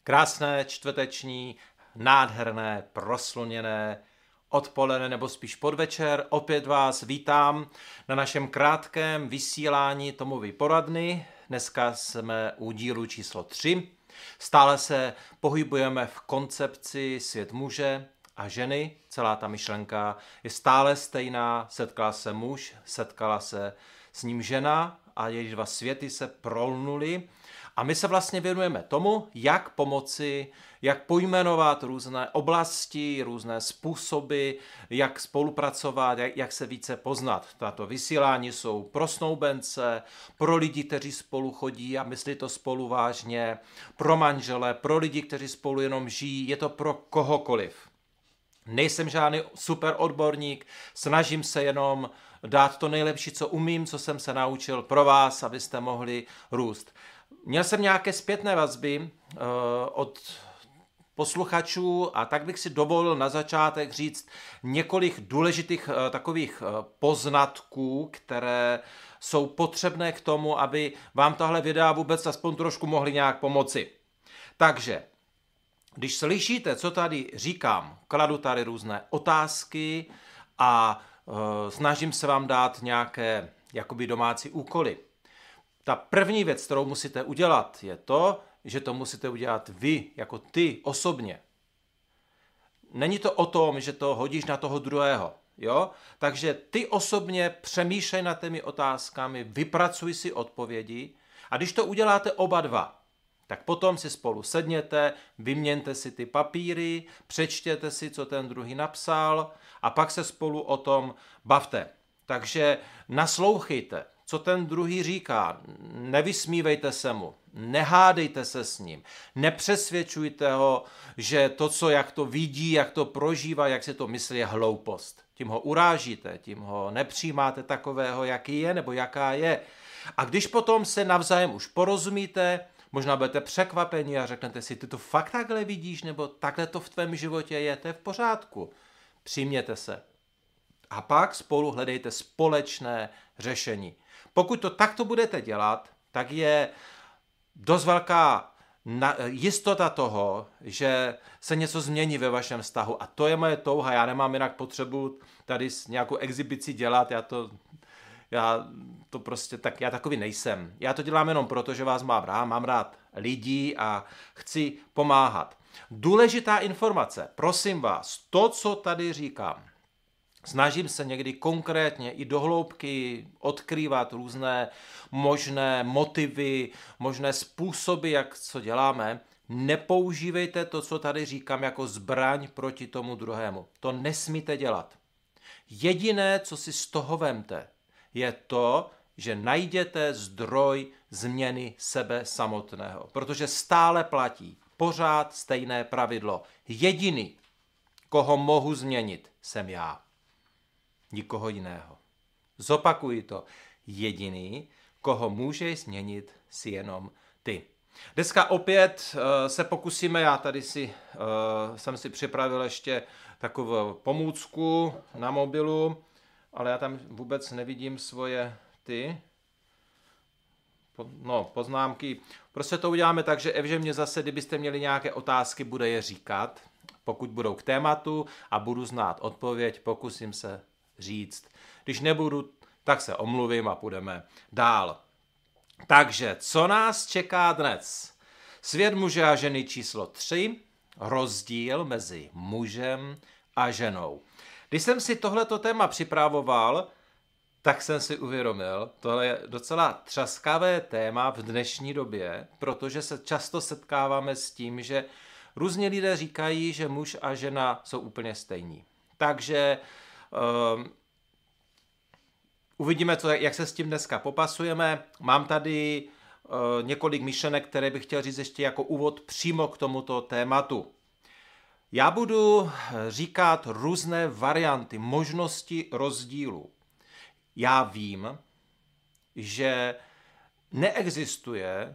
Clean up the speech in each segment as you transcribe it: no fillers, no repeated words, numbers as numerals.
Krásné čtvrteční, nádherné, prosluněné odpoledne nebo spíš podvečer. Opět vás vítám na našem krátkém vysílání Tomovy poradny. Dneska jsme u dílu číslo 3. Stále se pohybujeme v koncepci svět muže a ženy. Celá ta myšlenka je stále stejná. Setkala se muž, setkala se s ním žena a jejich dva světy se prolnuly. A my se vlastně věnujeme tomu, jak pomoci, jak pojmenovat různé oblasti, různé způsoby, jak spolupracovat, jak se více poznat. Tato vysílání jsou pro snoubence, pro lidi, kteří spolu chodí a myslí to spolu vážně, pro manžele, pro lidi, kteří spolu jenom žijí, je to pro kohokoliv. Nejsem žádný super odborník, snažím se jenom dát to nejlepší, co umím, co jsem se naučil pro vás, abyste mohli růst. Měl jsem nějaké zpětné vazby od posluchačů a tak bych si dovolil na začátek říct několik důležitých takových poznatků, které jsou potřebné k tomu, aby vám tohle videa vůbec aspoň trošku mohly nějak pomoci. Takže, když slyšíte, co tady říkám, kladu tady různé otázky a snažím se vám dát nějaké jakoby domácí úkoly. Ta první věc, kterou musíte udělat, je to, že to musíte udělat vy, jako ty osobně. Není to o tom, že to hodíš na toho druhého. Jo? Takže ty osobně přemýšlej nad těmi otázkami, vypracuj si odpovědi a když to uděláte oba dva, tak potom si spolu sedněte, vyměňte si ty papíry, přečtěte si, co ten druhý napsal a pak se spolu o tom bavte. Takže naslouchejte, co ten druhý říká, nevysmívejte se mu, nehádejte se s ním, nepřesvědčujte ho, že to, co jak to vidí, jak to prožívá, jak si to myslí, je hloupost. Tím ho urážíte, tím ho nepřijímáte takového, jaký je nebo jaká je. A když potom se navzájem už porozumíte, možná budete překvapeni a řeknete si, ty to fakt takhle vidíš, nebo takhle to v tvém životě je, to je v pořádku. Přijměte se. A pak spolu hledejte společné řešení. Pokud to takto budete dělat, tak je dost velká jistota toho, že se něco změní ve vašem vztahu. A to je moje touha. Já nemám jinak potřebu tady nějakou exibici dělat. Já takový nejsem. Já to dělám jenom proto, že vás mám rád lidí a chci pomáhat. Důležitá informace, prosím vás, to, co tady říkám, snažím se někdy konkrétně i do hloubky odkrývat různé možné motivy, možné způsoby, jak co děláme. Nepoužívejte to, co tady říkám, jako zbraň proti tomu druhému. To nesmíte dělat. Jediné, co si z toho vemte, je to, že najděte zdroj změny sebe samotného. Protože stále platí pořád stejné pravidlo. Jediný, koho mohu změnit, jsem já. Nikoho jiného. Zopakuji to. Jediný, koho můžeš změnit, si jenom ty. Dneska opět se pokusíme, já tady jsem si připravil ještě takovou pomůcku na mobilu, ale já tam vůbec nevidím svoje poznámky. Prostě to uděláme tak, že Evže mě zase, kdybyste měli nějaké otázky, bude je říkat, pokud budou k tématu a budu znát odpověď, pokusím se říct. Když nebudu, tak se omluvím a půjdeme dál. Takže, co nás čeká dnes? Svět muže a ženy číslo 3, rozdíl mezi mužem a ženou. Když jsem si tohleto téma připravoval, tak jsem si uvědomil, tohle je docela třaskavé téma v dnešní době, protože se často setkáváme s tím, že různí lidé říkají, že muž a žena jsou úplně stejní. Takže uvidíme, jak se s tím dneska popasujeme. Mám tady několik myšlenek, které bych chtěl říct ještě jako úvod přímo k tomuto tématu. Já budu říkat různé varianty, možnosti rozdílu. Já vím, že neexistuje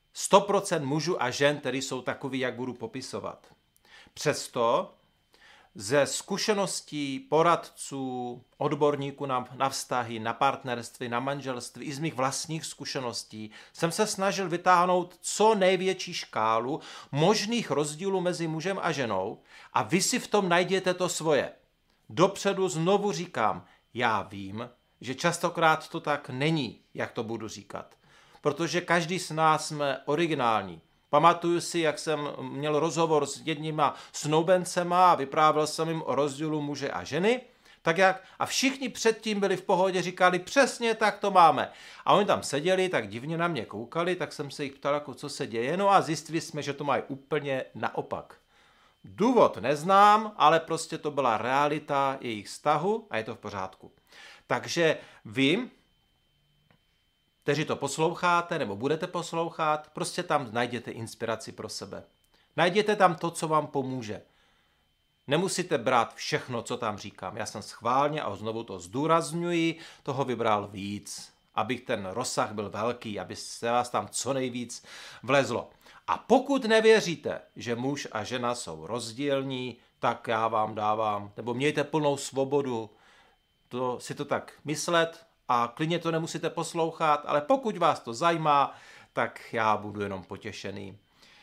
100% mužů a žen, kteří jsou takový, jak budu popisovat. Přesto ze zkušeností poradců, odborníků na vztahy, na partnerství, na manželství, i z mých vlastních zkušeností jsem se snažil vytáhnout co největší škálu možných rozdílů mezi mužem a ženou a vy si v tom najděte to svoje. Dopředu znovu říkám, já vím, že častokrát to tak není, jak to budu říkat, protože každý z nás jsme originální. Pamatuju si, jak jsem měl rozhovor s jedníma snoubencema a vyprávěl jsem jim o rozdílu muže a ženy, a všichni předtím byli v pohodě, říkali, přesně tak to máme. A oni tam seděli, tak divně na mě koukali, tak jsem se jich ptal, jako, co se děje, no a zjistili jsme, že to mají úplně naopak. Důvod neznám, ale prostě to byla realita jejich vztahu a je to v pořádku. Takže vy, kteří to posloucháte nebo budete poslouchat, prostě tam najděte inspiraci pro sebe. Najděte tam to, co vám pomůže. Nemusíte brát všechno, co tam říkám. Já jsem schválně, a znovu to zdůrazňuji, toho vybral víc, aby ten rozsah byl velký, aby se vás tam co nejvíc vlezlo. A pokud nevěříte, že muž a žena jsou rozdílní, tak já vám dávám, nebo mějte plnou svobodu si to tak myslet a klidně to nemusíte poslouchat, ale pokud vás to zajímá, tak já budu jenom potěšený.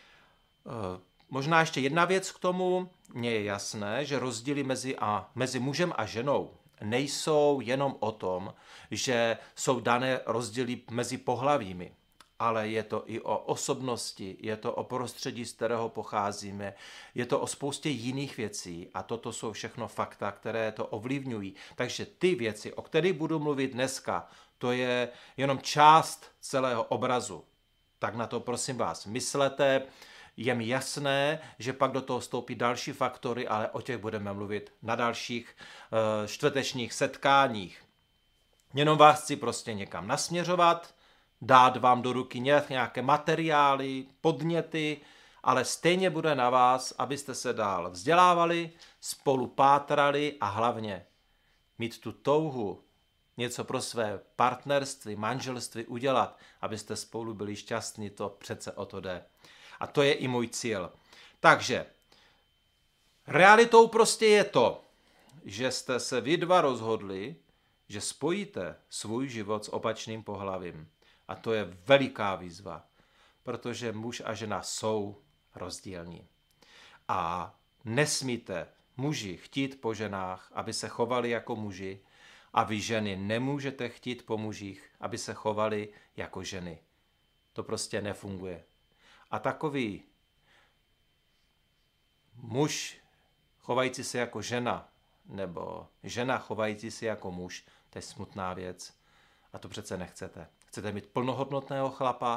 Možná ještě jedna věc k tomu. Mně je jasné, že rozdíly mezi mužem a ženou nejsou jenom o tom, že jsou dané rozdíly mezi pohlavími, ale je to i o osobnosti, je to o prostředí, z kterého pocházíme, je to o spoustě jiných věcí a toto jsou všechno fakta, které to ovlivňují. Takže ty věci, o kterých budu mluvit dneska, to je jenom část celého obrazu. Tak na to prosím vás myslete. Je mi jasné, že pak do toho vstoupí další faktory, ale o těch budeme mluvit na dalších čtvrtečních setkáních. Jenom vás chci prostě někam nasměřovat, dát vám do ruky nějaké materiály, podněty, ale stejně bude na vás, abyste se dál vzdělávali, spolu pátrali a hlavně mít tu touhu něco pro své partnerství, manželství udělat, abyste spolu byli šťastní, to přece o to jde. A to je i můj cíl. Takže realitou prostě je to, že jste se vy dva rozhodli, že spojíte svůj život s opačným pohlavím. A to je veliká výzva, protože muž a žena jsou rozdílní. A nesmíte muži chtít po ženách, aby se chovali jako muži, a vy ženy nemůžete chtít po mužích, aby se chovali jako ženy. To prostě nefunguje. A takový muž chovající se jako žena nebo žena chovající se jako muž, to je smutná věc. A to přece nechcete. Chcete mít plnohodnotného chlapa,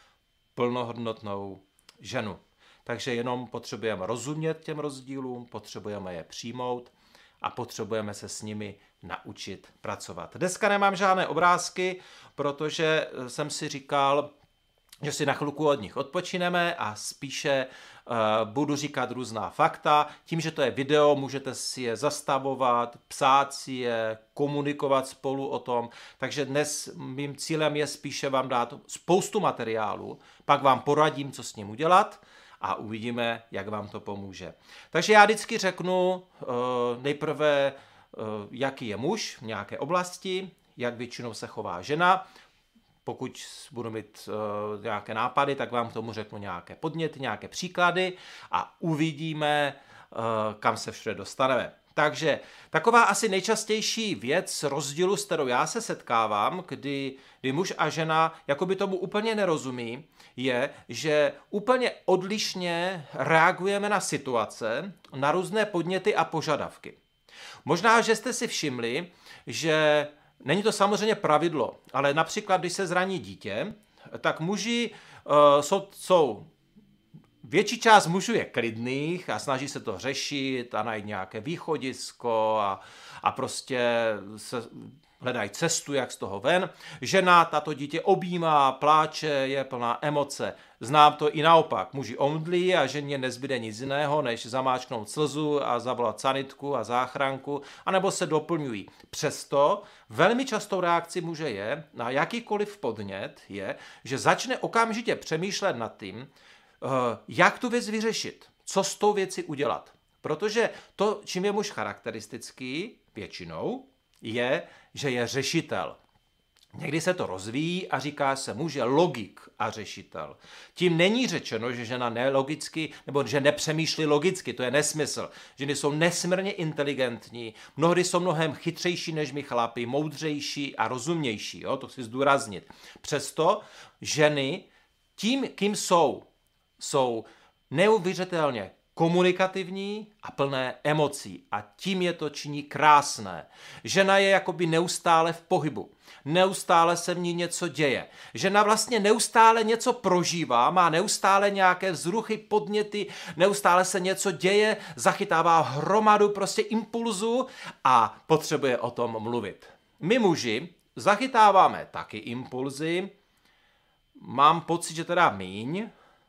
plnohodnotnou ženu. Takže jenom potřebujeme rozumět těm rozdílům, potřebujeme je přijmout a potřebujeme se s nimi naučit pracovat. Dneska nemám žádné obrázky, protože jsem si říkal, že si na chvilku od nich odpočineme a spíše budu říkat různá fakta. Tím, že to je video, můžete si je zastavovat, psát si je, komunikovat spolu o tom. Takže dnes mým cílem je spíše vám dát spoustu materiálu, pak vám poradím, co s ním udělat a uvidíme, jak vám to pomůže. Takže já vždycky řeknu nejprve, jaký je muž v nějaké oblasti, jak většinou se chová žena. Pokud budu mít nějaké nápady, tak vám k tomu řeknu nějaké podněty, nějaké příklady a uvidíme, kam se všude dostaneme. Takže taková asi nejčastější věc rozdílu, s kterou já se setkávám, kdy muž a žena jakoby tomu úplně nerozumí, je, že úplně odlišně reagujeme na situace, na různé podněty a požadavky. Možná, že jste si všimli, že není to samozřejmě pravidlo, ale například, když se zraní dítě, tak muži jsou větší část mužů je klidných a snaží se to řešit a najít nějaké východisko a prostě se hledají cestu, jak z toho ven. Žena tato dítě objímá, pláče, je plná emoce. Znám to i naopak. Muži omdlí a ženě nezbyde nic jiného, než zamáčknout slzu a zavolat sanitku a záchranku, anebo se doplňují. Přesto velmi častou reakcí muže je na jakýkoliv podnět je, že začne okamžitě přemýšlet nad tím, jak tu věc vyřešit, co s tou věcí udělat. Protože to, čím je muž charakteristický, většinou, je, že je řešitel. Někdy se to rozvíjí a říká se muž je logik a řešitel. Tím není řečeno, že žena nelogicky, nebo že nepřemýšlí logicky, to je nesmysl. Ženy jsou nesmírně inteligentní, mnohdy jsou mnohem chytřejší než my chlapi, moudřejší a rozumnější, jo? To chci zdůraznit. Přesto ženy tím, kým jsou neuvěřitelně komunikativní a plné emocí a tím je to činí krásné. Žena je jakoby neustále v pohybu, neustále se v ní něco děje. Žena vlastně neustále něco prožívá, má neustále nějaké vzruchy, podněty, neustále se něco děje, zachytává hromadu prostě impulzů a potřebuje o tom mluvit. My muži zachytáváme taky impulzy, mám pocit, že teda míň.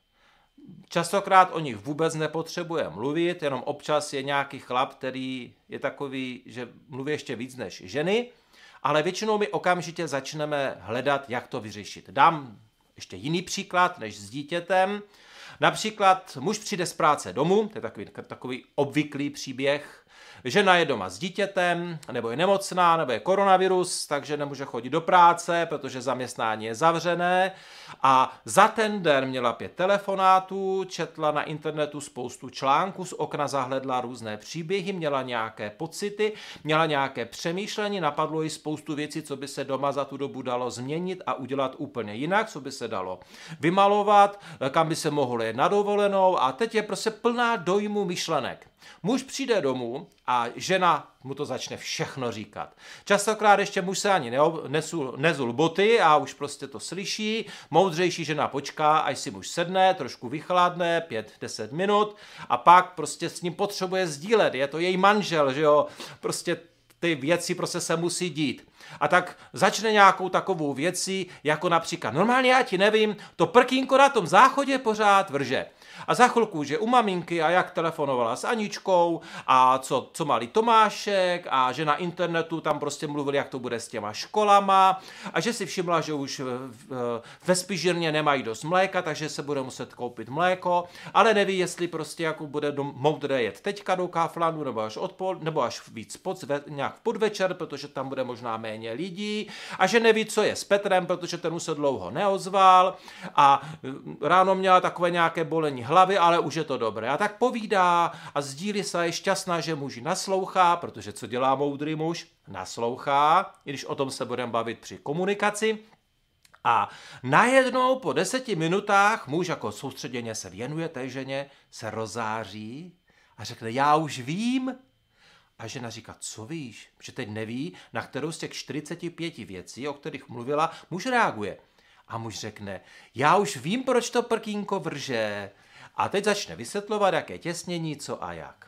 Častokrát o nich vůbec nepotřebuje mluvit, jenom občas je nějaký chlap, který je takový, že mluví ještě víc než ženy, ale většinou my okamžitě začneme hledat, jak to vyřešit. Dám ještě jiný příklad než s dítětem. Například muž přijde z práce domů, to je takový obvyklý příběh, žena je doma s dítětem, nebo je nemocná, nebo je koronavirus, takže nemůže chodit do práce, protože zaměstnání je zavřené. A za ten den měla 5 telefonátů, četla na internetu spoustu článků, z okna zahledla různé příběhy, měla nějaké pocity, měla nějaké přemýšlení, napadlo jí spoustu věcí, co by se doma za tu dobu dalo změnit a udělat úplně jinak, co by se dalo vymalovat, kam by se mohlo jet na dovolenou a teď je prostě plná dojmu myšlenek. Muž přijde domů a žena mu to začne všechno říkat. Častokrát ještě muž se ani nezul boty a už prostě to slyší. Moudřejší žena počká, až si muž sedne, trošku vychladne, 5-10 minut a pak prostě s ním potřebuje sdílet. Je to její manžel, že jo, prostě ty věci prostě se musí dít. A tak začne nějakou takovou věcí, jako například, normálně já ti nevím, to prkínko na tom záchodě pořád vrže. A za chvilku už je u maminky a jak telefonovala s Aničkou a co malý Tomášek a že na internetu tam prostě mluvili, jak to bude s těma školama a že si všimla, že už ve spižírně nemají dost mléka, takže se bude muset koupit mléko, ale neví, jestli prostě jako bude moudré jet teďka do Kauflandu nebo až víc nějak v podvečer, protože tam bude možná méně lidí a že neví, co je s Petrem, protože ten už se dlouho neozval a ráno měla takové nějaké bolení hlavy, ale už je to dobré. A tak povídá a sdílí se, je šťastná, že muži naslouchá, protože co dělá moudrý muž? Naslouchá, i když o tom se budeme bavit při komunikaci. A najednou po 10 minutách muž jako soustředěně se věnuje té ženě, se rozáří a řekne, já už vím. A žena říká, co víš? Protože teď neví, na kterou z těch 45 věcí, o kterých mluvila, muž reaguje. A muž řekne, já už vím, proč to prkínko vrže. A teď začne vysvětlovat, jaké těsnění, co a jak.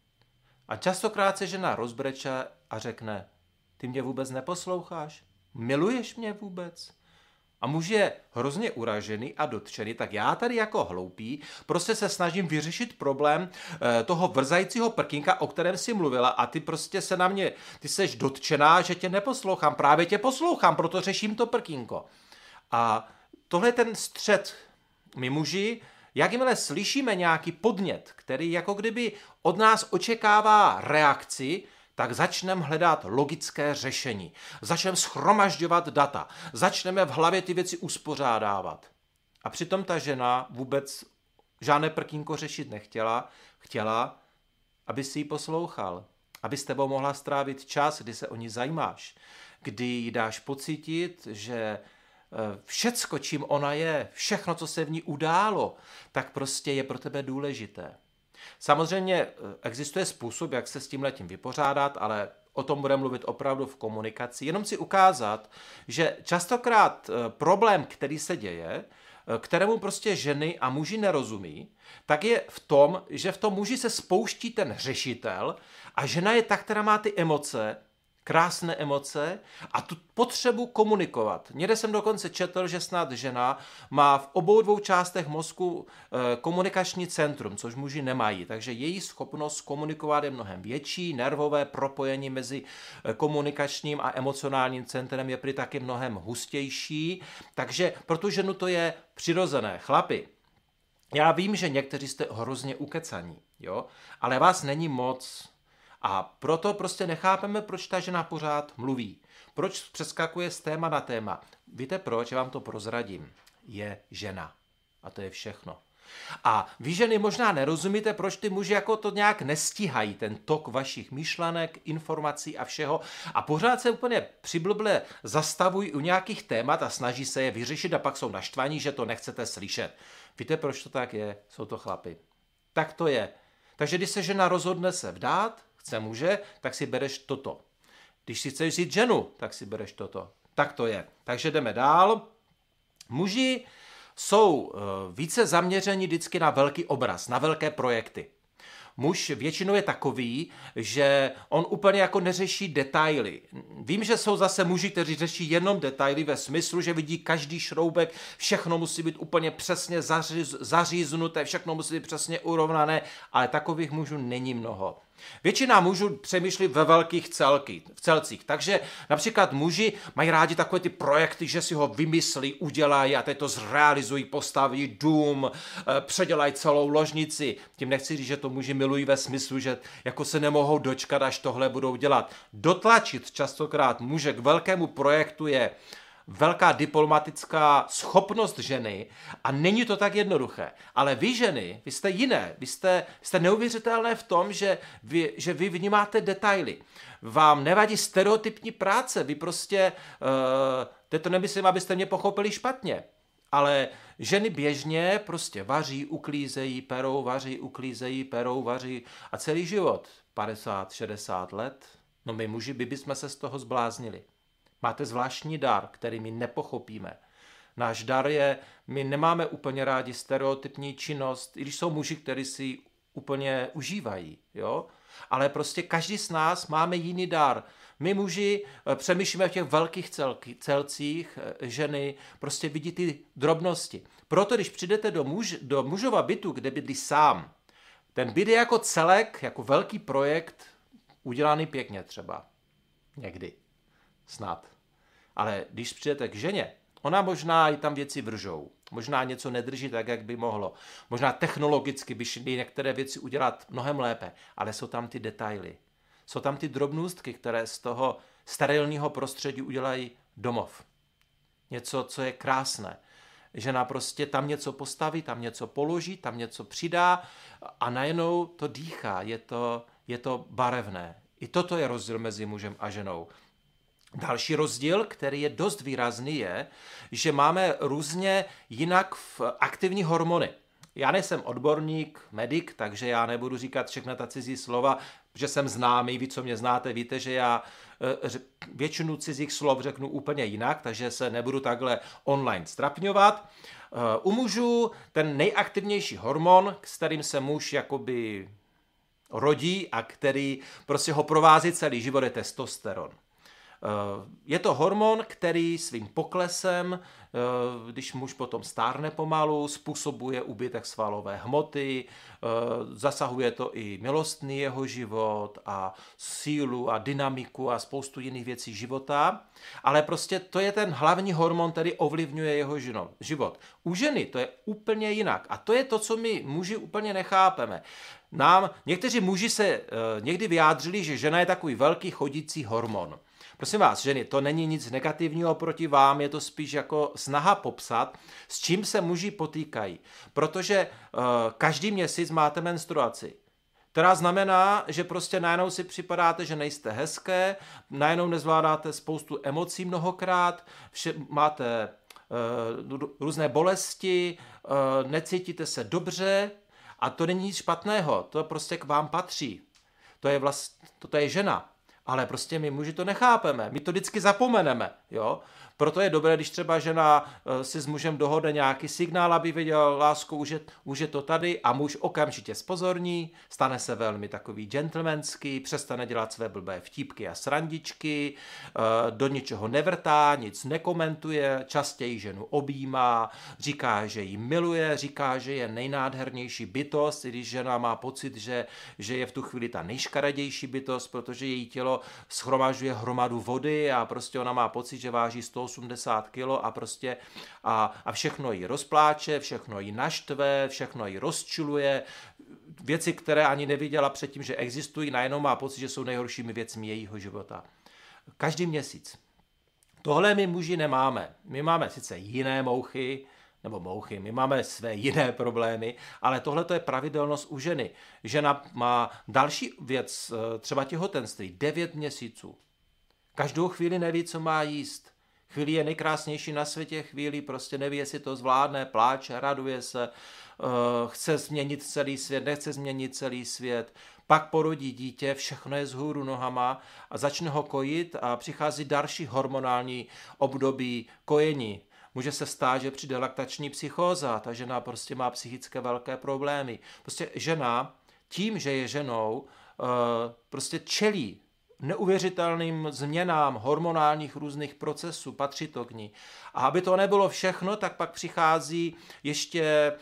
A častokrát se žena rozbreče a řekne, ty mě vůbec neposloucháš? Miluješ mě vůbec? A muž je hrozně uražený a dotčený, tak já tady jako hloupý prostě se snažím vyřešit problém toho vrzajícího prkínka, o kterém jsi mluvila a ty prostě se na mě, ty seš dotčená, že tě neposlouchám, právě tě poslouchám, proto řeším to prkínko. A tohle je ten střed. My muži, jakmile slyšíme nějaký podnět, který jako kdyby od nás očekává reakci, tak začneme hledat logické řešení. Začneme shromažďovat data. Začneme v hlavě ty věci uspořádávat. A přitom ta žena vůbec žádné prkínko řešit nechtěla. Chtěla, aby si ji poslouchal. Aby s tebou mohla strávit čas, kdy se o ní zajímáš. Kdy jí dáš pocítit, že všecko, čím ona je, všechno, co se v ní událo, tak prostě je pro tebe důležité. Samozřejmě existuje způsob, jak se s tímhletím vypořádat, ale o tom budeme mluvit opravdu v komunikaci. Jenom si ukázat, že častokrát problém, který se děje, kterému prostě ženy a muži nerozumí, tak je v tom, že v tom muži se spouští ten řešitel a žena je ta, která má ty emoce, krásné emoce a tu potřebu komunikovat. Někde jsem dokonce četl, že snad žena má v obou dvou částech mozku komunikační centrum, což muži nemají, takže její schopnost komunikovat je mnohem větší, nervové propojení mezi komunikačním a emocionálním centrem je prý taky mnohem hustější, takže pro tu ženu to je přirozené. Chlapi, Já vím, že někteří jste hrozně ukecaní, jo, ale vás není moc a proto prostě nechápeme, proč ta žena pořád mluví. Proč přeskakuje z téma na téma. Víte proč? Já vám to prozradím. Je žena. A to je všechno. A vy ženy možná nerozumíte, proč ty muži jako to nějak nestíhají, ten tok vašich myšlenek, informací a všeho a pořád se úplně přiblble zastavují u nějakých témat a snaží se je vyřešit a pak jsou naštvaní, že to nechcete slyšet. Víte, proč to tak je? Jsou to chlapi. Tak to je. Takže když se žena rozhodne se vdát, chce muže, tak si bereš toto. Když si chceš vzít ženu, tak si bereš toto. Tak to je. Takže jdeme dál. Muži jsou více zaměření vždycky na velký obraz, na velké projekty. Muž většinou je takový, že on úplně jako neřeší detaily. Vím, že jsou zase muži, kteří řeší jenom detaily ve smyslu, že vidí každý šroubek, všechno musí být úplně přesně zaříznuté, všechno musí být přesně urovnané, ale takových mužů není mnoho. Většina mužů přemýšlí ve velkých celcích, takže například muži mají rádi takové ty projekty, že si ho vymyslí, udělají a teď to zrealizují, postaví dům, předělají celou ložnici. Tím nechci říct, že to muži milují ve smyslu, že jako se nemohou dočkat, až tohle budou dělat. Dotlačit častokrát muže k velkému projektu je velká diplomatická schopnost ženy a není to tak jednoduché. Ale vy ženy, vy jste jiné, vy jste neuvěřitelné v tom, že vy vnímáte detaily. Vám nevadí stereotypní práce, vy prostě, to nemyslím, abyste mě pochopili špatně, ale ženy běžně prostě vaří, uklízejí, perou, vaří, uklízejí, perou, vaří a celý život, 50, 60 let, no my muži bychom se z toho zbláznili. Máte zvláštní dar, který my nepochopíme. Náš dar je, my nemáme úplně rádi stereotypní činnost, i když jsou muži, kteří si úplně užívají, jo? Ale prostě každý z nás máme jiný dar. My muži přemýšlíme v těch velkých celcích, ženy prostě vidí ty drobnosti. Proto, když přijdete do mužova bytu, kde bydlí sám, ten byt je jako celek, jako velký projekt, udělaný pěkně třeba. Někdy. Snad. Ale když přijdete k ženě, ona možná i tam věci vržou. Možná něco nedrží tak, jak by mohlo. Možná technologicky by šly některé věci udělat mnohem lépe, ale jsou tam ty detaily. Jsou tam ty drobnůstky, které z toho sterilního prostředí udělají domov. Něco, co je krásné. Žena prostě tam něco postaví, tam něco položí, tam něco přidá a najednou to dýchá, je to barevné. I toto je rozdíl mezi mužem a ženou. Další rozdíl, který je dost výrazný, je, že máme různě jinak aktivní hormony. Já nejsem odborník, medic, takže já nebudu říkat všechna ta cizí slova, že jsem známý, vy, co mě znáte, víte, že já většinu cizích slov řeknu úplně jinak, takže se nebudu takhle online strapňovat. U mužů ten nejaktivnější hormon, s kterým se muž jakoby rodí a který prostě ho provází celý život, je testosteron. Je to hormon, který svým poklesem, když muž potom stárne pomalu, způsobuje úbytek svalové hmoty, zasahuje to i milostný jeho život a sílu a dynamiku a spoustu jiných věcí života, ale prostě to je ten hlavní hormon, který ovlivňuje jeho život. U ženy to je úplně jinak a to je to, co my muži úplně nechápeme. Někteří muži se někdy vyjádřili, že žena je takový velký chodící hormon. Prosím vás, ženy, to není nic negativního proti vám, je to spíš jako snaha popsat, s čím se muži potýkají. Protože každý měsíc máte menstruaci, která znamená, že prostě najednou si připadáte, že nejste hezké, najednou nezvládáte spoustu emocí mnohokrát, máte různé bolesti, necítíte se dobře a to není nic špatného, to prostě k vám patří. To je žena. Ale prostě my muži to nechápeme, my to vždycky zapomeneme, jo. Proto je dobré, když třeba žena si s mužem dohodne nějaký signál, aby věděl, lásku, už je to tady a muž okamžitě zpozorní, stane se velmi takový gentlemanský, přestane dělat své blbé vtípky a srandičky, do ničeho nevrtá, nic nekomentuje, častěji ženu objímá, říká, že ji miluje, říká, že je nejnádhernější bytost, i když žena má pocit, že je v tu chvíli ta nejškaredější bytost, protože její tělo shromažďuje hromadu vody a prostě ona má pocit, že váží 180 180 kilo a prostě a všechno jí rozpláče, všechno jí naštve, všechno jí rozčiluje, věci, které ani neviděla předtím, že existují, najednou má pocit, že jsou nejhoršími věcmi jejího života. Každý měsíc. Tohle my muži nemáme. My máme sice jiné mouchy, my máme své jiné problémy, ale tohle to je pravidelnost u ženy. Žena má další věc, třeba těhotenství, 9 měsíců. Každou chvíli neví, co má jíst. Chvíli je nejkrásnější na světě, chvíli prostě neví, jestli to zvládne, pláče, raduje se, chce změnit celý svět, nechce změnit celý svět. Pak porodí dítě, všechno je vzhůru nohama a začne ho kojit a přichází další hormonální období kojení. Může se stát, že přijde laktační psychóza, ta žena prostě má psychické velké problémy. Prostě žena tím, že je ženou, prostě čelí neuvěřitelným změnám hormonálních různých procesů, patří to k ní. A aby to nebylo všechno, tak pak přichází ještě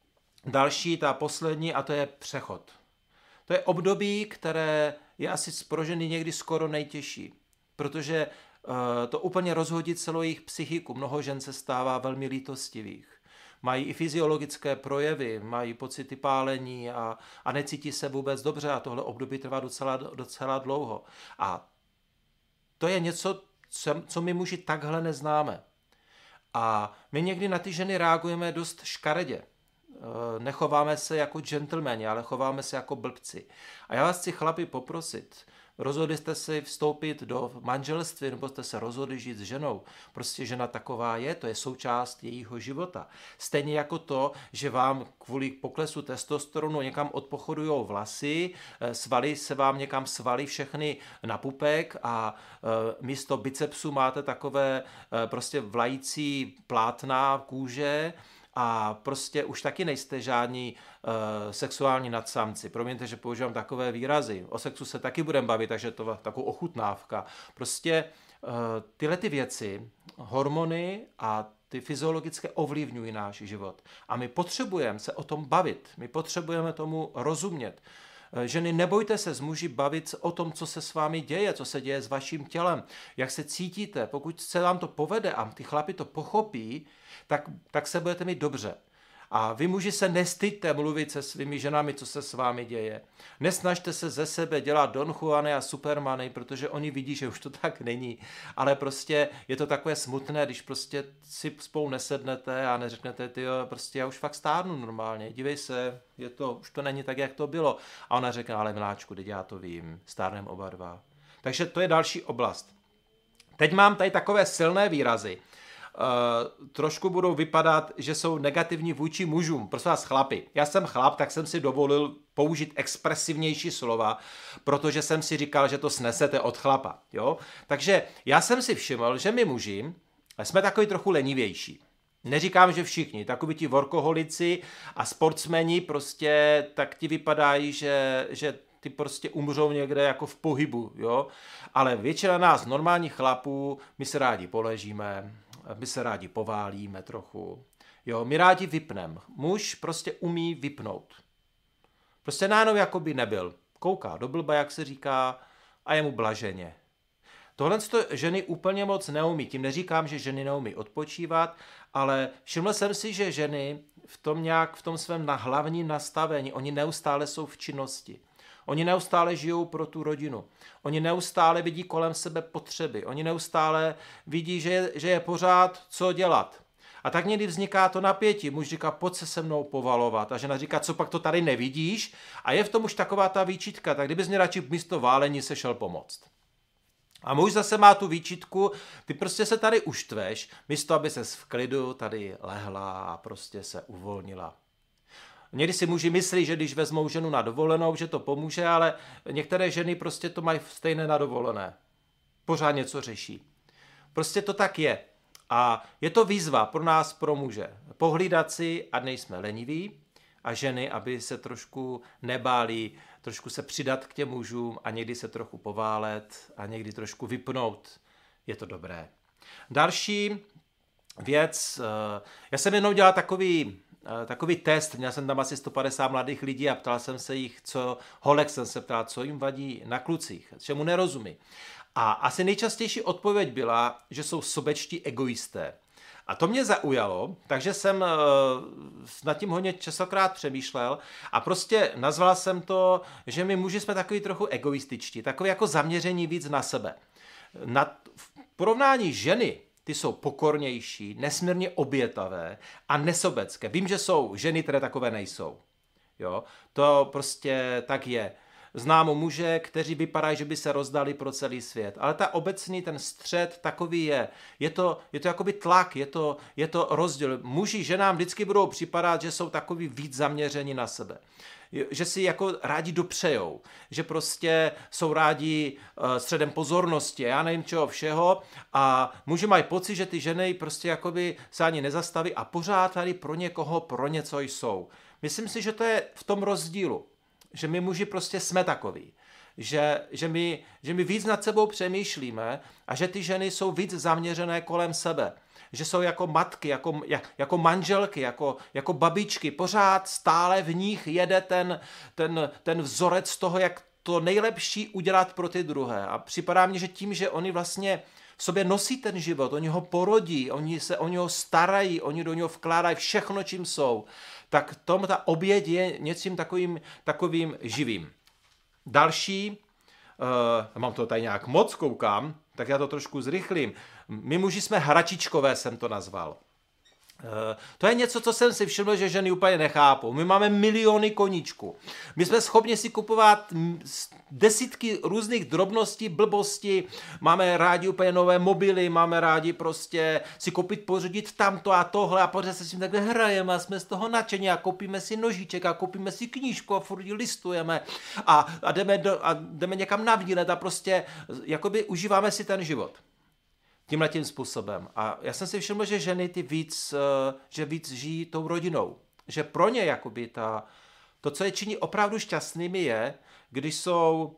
další, ta poslední, a to je přechod. To je období, které je asi pro ženy někdy skoro nejtěžší, protože to úplně rozhodí celou jejich psychiku. Mnoho žen se stává velmi lítostivých. Mají i fyziologické projevy, mají pocity pálení a necítí se vůbec dobře a tohle období trvá docela dlouho. A to je něco, co my muži takhle neznáme. A my někdy na ty ženy reagujeme dost škaredě. Nechováme se jako gentlemani, ale chováme se jako blbci. A já vás chci, chlapi, poprosit, rozhodli jste si vstoupit do manželství, nebo jste se rozhodli žít s ženou. Prostě žena taková je, to je součást jejího života. Stejně jako to, že vám kvůli poklesu testosteronu někam odpochodujou vlasy, svaly se vám někam svalí všechny na pupek a místo bicepsu máte takové prostě vlající plátna kůže, a prostě už taky nejste žádní sexuální nadsamci. Promiňte, že používám takové výrazy. O sexu se taky budeme bavit, takže to je taková ochutnávka. Prostě tyhle ty věci, hormony a ty fyziologické ovlivňují náš život. A my potřebujeme se o tom bavit. My potřebujeme tomu rozumět. Ženy, nebojte se s muži bavit o tom, co se s vámi děje, co se děje s vaším tělem, jak se cítíte. Pokud se vám to povede a ty chlapi to pochopí, tak se budete mít dobře. A vy muži se nestyďte mluvit se svými ženami, co se s vámi děje. Nesnažte se ze sebe dělat Don Juany a Supermany, protože oni vidí, že už to tak není. Ale prostě je to takové smutné, když prostě si spolu nesednete a neřeknete, tyjo, prostě já už fakt stárnu normálně, dívej se, už to není tak, jak to bylo. A ona řekne, ale miláčku, teď já to vím, stárnem oba dva. Takže to je další oblast. Teď mám tady takové silné výrazy. Trošku budou vypadat, že jsou negativní vůči mužům. Prosím vás, chlapi, já jsem chlap, tak jsem si dovolil použít expresivnější slova, protože jsem si říkal, že to snesete od chlapa. Jo? Takže já jsem si všiml, že my muži jsme takový trochu lenivější. Neříkám, že všichni, takoví ti workoholici a sportsmeni prostě tak ti vypadají, že ty prostě umřou někde jako v pohybu, jo? Ale většina nás, normálních chlapů, my se rádi poležíme, my se rádi poválíme trochu, jo? My rádi vypneme. Muž prostě umí vypnout. Prostě najednou jako by nebyl. Kouká do blba, jak se říká, a je mu blaženě. Tohle to ženy úplně moc neumí. Tím neříkám, že ženy neumí odpočívat, ale všiml jsem si, že ženy v tom svém hlavním nastavení, oni neustále jsou v činnosti. Oni neustále žijou pro tu rodinu. Oni neustále vidí kolem sebe potřeby. Oni neustále vidí, že je pořád co dělat. A tak někdy vzniká to napětí. Muž říká, pojď se mnou povalovat. A žena říká, co pak to tady nevidíš? A je v tom už taková ta výčitka. Tak kdybys mě radši místo válení se šel pomoct. A muž zase má tu výčitku, ty prostě se tady uštveš, místo aby ses v klidu tady lehla a prostě se uvolnila. Někdy si muži myslí, že když vezmou ženu na dovolenou, že to pomůže, ale některé ženy prostě to mají stejné na dovolené. Pořád něco řeší. Prostě to tak je. A je to výzva pro nás, pro muže. Pohlídat si, ať nejsme leniví, a ženy, aby se trošku nebáli, trošku se přidat k těm mužům a někdy se trochu poválet a někdy trošku vypnout. Je to dobré. Další věc, já jsem jednou dělal takový takový test, měl jsem tam asi 150 mladých lidí a ptal jsem se jich, holek jsem se ptal, co jim vadí na klucích, čemu nerozumí. A asi nejčastější odpověď byla, že jsou sobečtí egoisté. A to mě zaujalo, takže jsem nad tím hodně častokrát přemýšlel a prostě nazval jsem to, že my muži jsme takový trochu egoističtí, takový jako zaměření víc na sebe. V porovnání ženy, ty jsou pokornější, nesmírně obětavé a nesobecké. Vím, že jsou ženy, které takové nejsou. Jo? To prostě tak je. Znám muže, kteří vypadají, že by se rozdali pro celý svět. Ale ta obecný, ten střed takový je. Je to jakoby tlak, je to rozdíl. Muži ženám vždycky budou připadat, že jsou takový víc zaměření na sebe. Že si jako rádi dopřejou. Že prostě jsou rádi středem pozornosti, já nevím čeho všeho. A muži mají pocit, že ty ženy prostě jakoby se ani nezastaví a pořád tady pro někoho, pro něco jsou. Myslím si, že to je v tom rozdílu. Že my muži prostě jsme takový, že my víc nad sebou přemýšlíme a že ty ženy jsou víc zaměřené kolem sebe. Že jsou jako matky, jako manželky, jako babičky. Pořád stále v nich jede ten vzorec toho, jak to nejlepší udělat pro ty druhé. A připadá mně, že tím, že oni vlastně v sobě nosí ten život, oni ho porodí, oni se o něho starají, oni do něho vkládají všechno, čím jsou, tak ta oběť je něčím takovým živým. Další, mám to tady nějak moc, koukám, tak já to trošku zrychlím. My muži jsme hračičkové, jsem to nazval. To je něco, co jsem si všiml, že ženy úplně nechápou. My máme miliony koníčků. My jsme schopni si kupovat desítky různých drobností, blbostí. Máme rádi úplně nové mobily, máme rádi prostě si koupit, pořídit tamto a tohle a pořád se s tím takhle hrajeme a jsme z toho nadšení a koupíme si nožíček a koupíme si knížku a furt ji listujeme a jdeme někam na výlet a prostě jakoby užíváme si ten život. Tímhletím způsobem. A já jsem si všiml, že ženy víc žijí tou rodinou. Že pro ně jakoby to, co je činí opravdu šťastnými, je, když jsou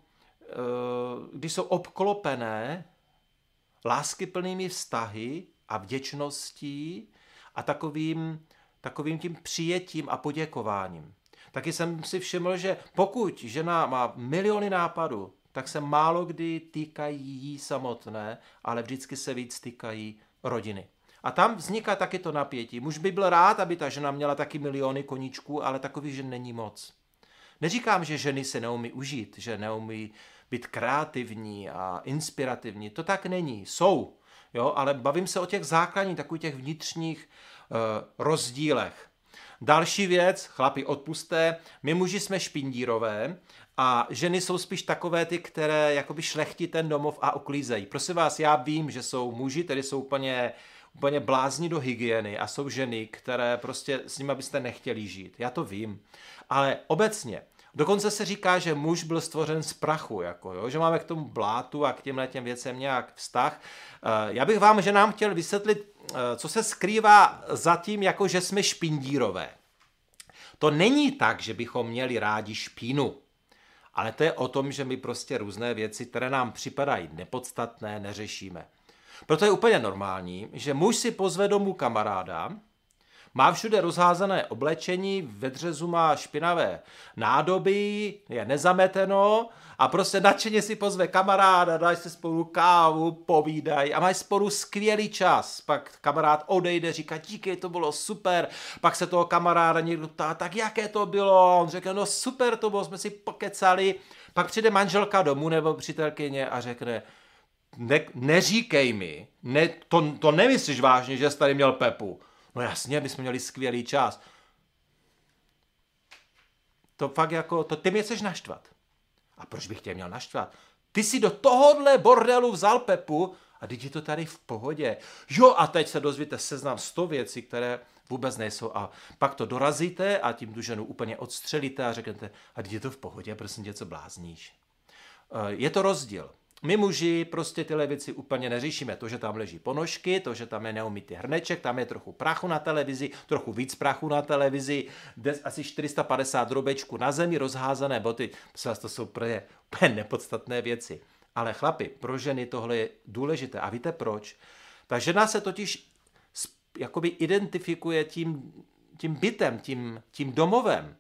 obklopené láskyplnými vztahy a vděčností a takovým tím přijetím a poděkováním. Taky jsem si všiml, že pokud žena má miliony nápadů, tak se málo kdy týkají jí samotné, ale vždycky se víc týkají rodiny. A tam vzniká taky to napětí. Muž by byl rád, aby ta žena měla taky miliony koníčků, ale takových žen není moc. Neříkám, že ženy se neumí užít, že neumí být kreativní a inspirativní. To tak není. Jsou, jo, ale bavím se o těch základních, takových těch vnitřních rozdílech. Další věc, chlapi, odpusťte, my muži jsme špindírové a ženy jsou spíš takové ty, které jakoby šlechtí ten domov a uklízejí. Prosím vás, já vím, že jsou muži, tedy jsou úplně blázni do hygieny a jsou ženy, které prostě s nimi byste nechtěli žít. Já to vím. Ale obecně, dokonce se říká, že muž byl stvořen z prachu, že máme k tomu blátu a k těmhle věcem nějak vztah. Já bych vám, že nám chtěl vysvětlit, co se skrývá za tím, že jsme špindírové. To není tak, že bychom měli rádi špínu, ale to je o tom, že my prostě různé věci, které nám připadají nepodstatné, neřešíme. Proto je úplně normální, že muž si pozve domů kamaráda, má všude rozházené oblečení, ve dřezu má špinavé nádoby, je nezameteno a prostě nadšeně si pozve kamaráda, dají si spolu kávu, povídají a mají spolu skvělý čas. Pak kamarád odejde, říká díky, to bylo super. Pak se toho kamaráda někdo ptá, tak jaké to bylo? On řekne, no super to bylo, jsme si pokecali. Pak přijde manželka domů nebo přítelkyně a řekne, neříkej mi, to nemyslíš vážně, že jsi tady měl Pepu. No jasně, my jsme měli skvělý čas. To fakt to ty mě chceš naštvat. A proč bych tě měl naštvat? Ty si do tohohle bordelu vzal Pepu a teď je to tady v pohodě. Jo, a teď se dozvíte seznam 100 věcí, které vůbec nejsou. A pak to dorazíte a tím tu ženu úplně odstřelíte a řeknete, a teď je to v pohodě, prosím tě, co blázníš. Je to rozdíl. My muži prostě tyhle věci úplně neřešíme. To, že tam leží ponožky, to, že tam je neumytý hrneček, tam je trochu prachu na televizi, trochu víc prachu na televizi, asi 450 drobečků na zemi, rozházané boty. To jsou úplně nepodstatné věci. Ale chlapi, pro ženy tohle je důležité. A víte proč? Ta žena se totiž jakoby identifikuje tím bytem, tím domovem.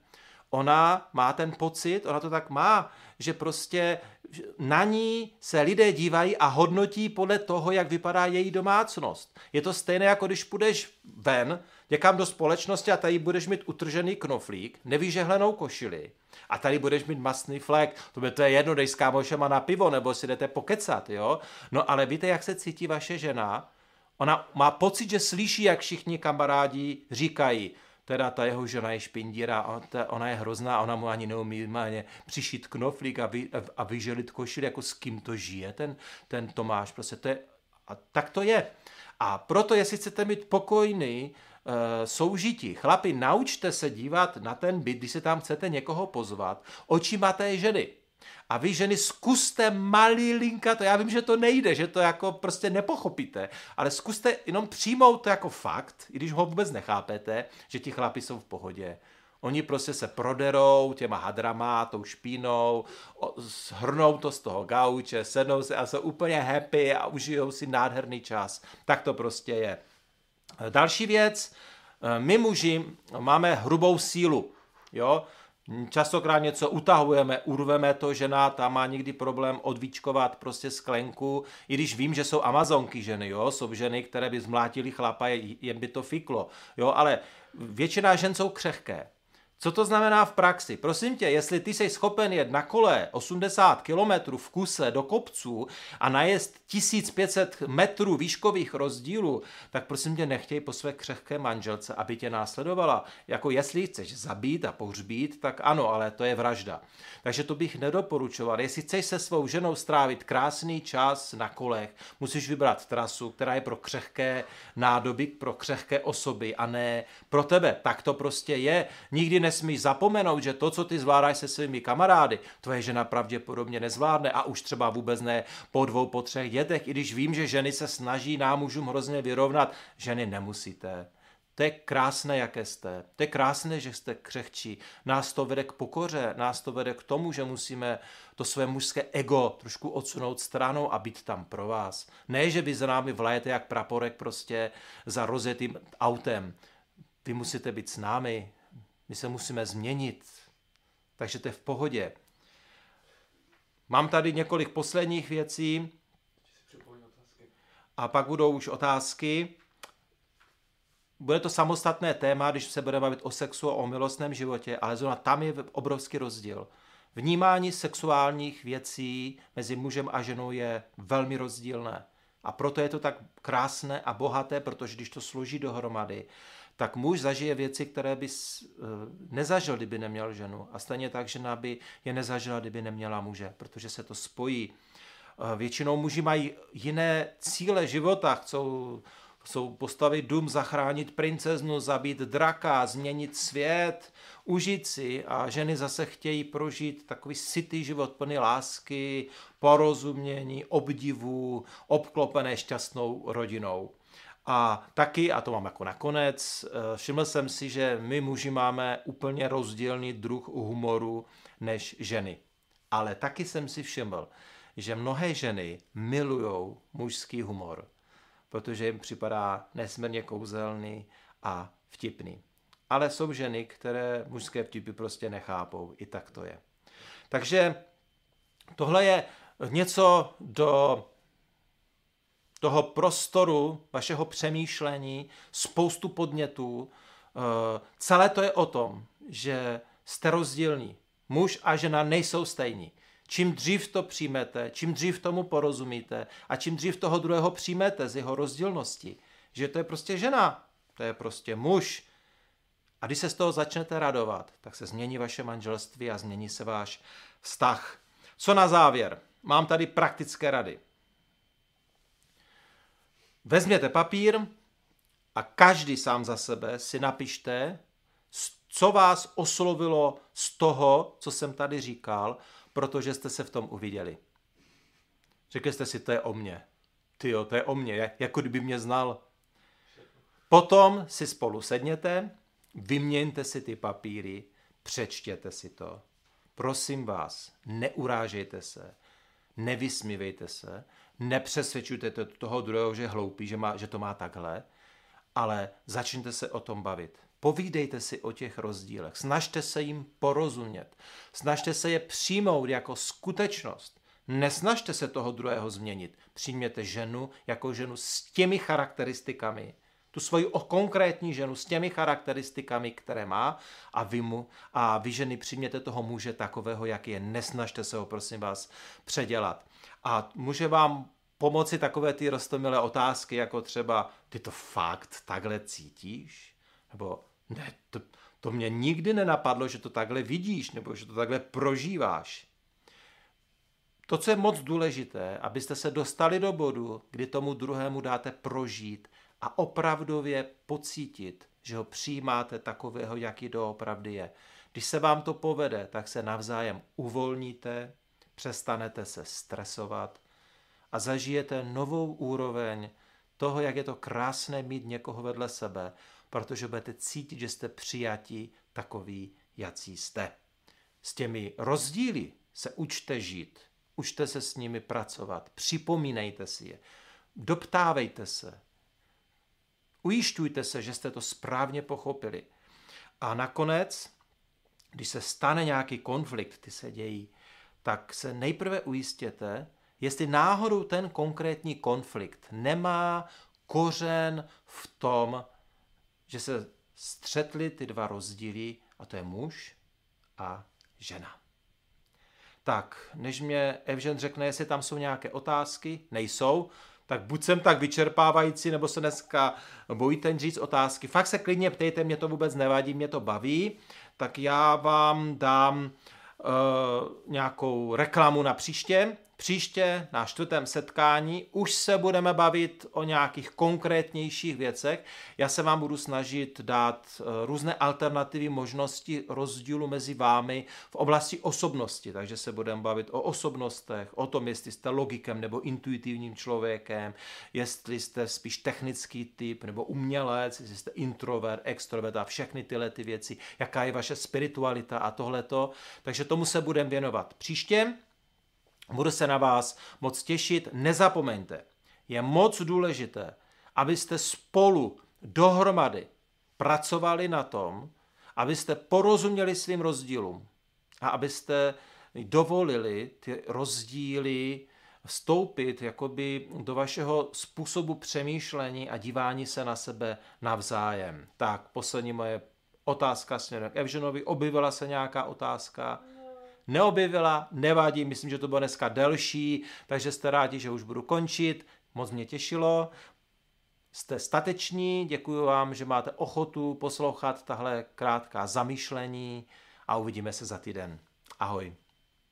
Ona má ten pocit, ona to tak má, že prostě na ní se lidé dívají a hodnotí podle toho, jak vypadá její domácnost. Je to stejné, jako když půjdeš ven někam do společnosti a tady budeš mít utržený knoflík, nevyžehlenou košili a tady budeš mít mastný flek. To je jedno, dej s kámošema na pivo nebo si jdete pokecat, jo? No ale víte, jak se cítí vaše žena? Ona má pocit, že slyší, jak všichni kamarádi říkají, teda ta jeho žena je špindíra, ona je hrozná, ona mu ani neumí přišít knoflík a vyželit košili, jako s kým to žije ten Tomáš. Prostě a tak to je. A proto, jestli chcete mít pokojný soužití, chlapi, naučte se dívat na ten byt, když se tam chcete někoho pozvat, očima té ženy. A vy ženy zkuste malilinka, to já vím, že to nejde, že to jako prostě nepochopíte, ale zkuste jenom přijmout to jako fakt, i když ho vůbec nechápete, že ti chlapi jsou v pohodě. Oni prostě se proderou těma hadrama, tou špínou, shrnou to z toho gauče, sednou se a jsou úplně happy a užijou si nádherný čas. Tak to prostě je. Další věc, my muži máme hrubou sílu, jo? Častokrát něco utahujeme, urveme to, žena ta má někdy problém odvíčkovat prostě sklenku, i když vím, že jsou amazonky ženy, jo, jsou ženy, které by zmlátily chlapa, jen by to fiklo, jo, ale většina žen jsou křehké. Co to znamená v praxi? Prosím tě, jestli ty jsi schopen jet na kole 80 km v kuse do kopců a najezd 1500 metrů výškových rozdílů, tak prosím tě nechtěj po své křehké manželce, aby tě následovala. Jako jestli chceš zabít a pohřbít, tak ano, ale to je vražda. Takže to bych nedoporučoval. Jestli chceš se svou ženou strávit krásný čas na kolech, musíš vybrat trasu, která je pro křehké nádoby, pro křehké osoby a ne pro tebe. Tak to prostě je. Nikdy nesmíš zapomenout, že to, co ty zvládáš se svými kamarády, tvoje žena pravděpodobně nezvládne a už třeba vůbec ne po 2, po 3 dětech, i když vím, že ženy se snaží nám mužům hrozně vyrovnat. Ženy nemusíte. To je krásné, jaké jste. To je krásné, že jste křehčí. Nás to vede k pokoře, nás to vede k tomu, že musíme to své mužské ego trošku odsunout stranou a být tam pro vás. Ne, že vy za námi vlajete jak praporek prostě za rozjetým autem. Vy musíte být s námi. My se musíme změnit, takže to je v pohodě. Mám tady několik posledních věcí a pak budou už otázky. Bude to samostatné téma, když se budeme bavit o sexu a o milostném životě, ale zrovna tam je obrovský rozdíl. Vnímání sexuálních věcí mezi mužem a ženou je velmi rozdílné. A proto je to tak krásné a bohaté, protože když to složí dohromady, tak muž zažije věci, které by nezažil, kdyby neměl ženu. A stejně tak žena by je nezažila, kdyby neměla muže, protože se to spojí. Většinou muži mají jiné cíle života, chcou postavit dům, zachránit princeznu, zabít draka, změnit svět, užít si, a ženy zase chtějí prožít takový sytý život plný lásky, porozumění, obdivu, obklopené šťastnou rodinou. A taky, a to mám jako nakonec, všiml jsem si, že my muži máme úplně rozdílný druh humoru než ženy. Ale taky jsem si všiml, že mnohé ženy milujou mužský humor, protože jim připadá nesmírně kouzelný a vtipný. Ale jsou ženy, které mužské vtipy prostě nechápou. I tak to je. Takže tohle je něco do toho prostoru vašeho přemýšlení, spoustu podnětů. Celé to je o tom, že jste rozdílní. Muž a žena nejsou stejní. Čím dřív to přijmete, čím dřív tomu porozumíte a čím dřív toho druhého přijmete z jeho rozdílnosti, že to je prostě žena, to je prostě muž. A když se z toho začnete radovat, tak se změní vaše manželství a změní se váš vztah. Co na závěr? Mám tady praktické rady. Vezměte papír a každý sám za sebe si napište, co vás oslovilo z toho, co jsem tady říkal, protože jste se v tom uviděli. Řekli jste si, to je o mně. Tyjo, to je o mně, jako kdyby mě znal. Potom si spolu sedněte, vyměňte si ty papíry, přečtěte si to. Prosím vás, neurážejte se, nevysmívejte se, nepřesvědčujte toho druhého, že je hloupý, že to má takhle, ale začněte se o tom bavit. Povídejte si o těch rozdílech, snažte se jim porozumět, snažte se je přijmout jako skutečnost. Nesnažte se toho druhého změnit. Přijměte ženu jako ženu s těmi charakteristikami, tu svoji konkrétní ženu s těmi charakteristikami, které má, a vy ženy přijměte toho muže takového, jak je. Nesnažte se ho, prosím vás, předělat. A může vám pomoci takové ty roztomilé otázky, jako třeba, ty to fakt takhle cítíš? Nebo ne, to mě nikdy nenapadlo, že to takhle vidíš, nebo že to takhle prožíváš. To, co je moc důležité, abyste se dostali do bodu, kdy tomu druhému dáte prožít a opravdově pocítit, že ho přijímáte takového, jaký doopravdy je. Když se vám to povede, tak se navzájem uvolníte, přestanete se stresovat a zažijete novou úroveň toho, jak je to krásné mít někoho vedle sebe, protože budete cítit, že jste přijatí takový, jací jste. S těmi rozdíly se učte žít, učte se s nimi pracovat, připomínejte si je, doptávejte se, ujišťujte se, že jste to správně pochopili. A nakonec, když se stane nějaký konflikt, ty se dějí, tak se nejprve ujistěte, jestli náhodou ten konkrétní konflikt nemá kořen v tom, že se střetly ty dva rozdíly, a to je muž a žena. Tak, než mě Evžen řekne, jestli tam jsou nějaké otázky, nejsou, tak buď jsem tak vyčerpávající, nebo se dneska bojíte říct otázky. Fakt se klidně ptejte, mě to vůbec nevadí, mě to baví, tak já vám dám nějakou reklamu na příště. Příště na 4. setkání už se budeme bavit o nějakých konkrétnějších věcech. Já se vám budu snažit dát různé alternativy, možnosti rozdílu mezi vámi v oblasti osobnosti. Takže se budeme bavit o osobnostech, o tom, jestli jste logikem nebo intuitivním člověkem, jestli jste spíš technický typ nebo umělec, jestli jste introvert, extrovert a všechny tyhle ty věci, jaká je vaše spiritualita a tohleto. Takže tomu se budeme věnovat příště. Budu se na vás moc těšit. Nezapomeňte, je moc důležité, abyste spolu dohromady pracovali na tom, abyste porozuměli svým rozdílům a abyste dovolili ty rozdíly vstoupit jakoby do vašeho způsobu přemýšlení a dívání se na sebe navzájem. Tak, poslední moje otázka směrem k Evženovi. Objevila se nějaká otázka? Neobjevila, nevadí, myslím, že to bylo dneska delší, takže jste rádi, že už budu končit. Moc mě těšilo. Jste stateční, děkuji vám, že máte ochotu poslouchat tahle krátká zamýšlení a uvidíme se za týden. Ahoj.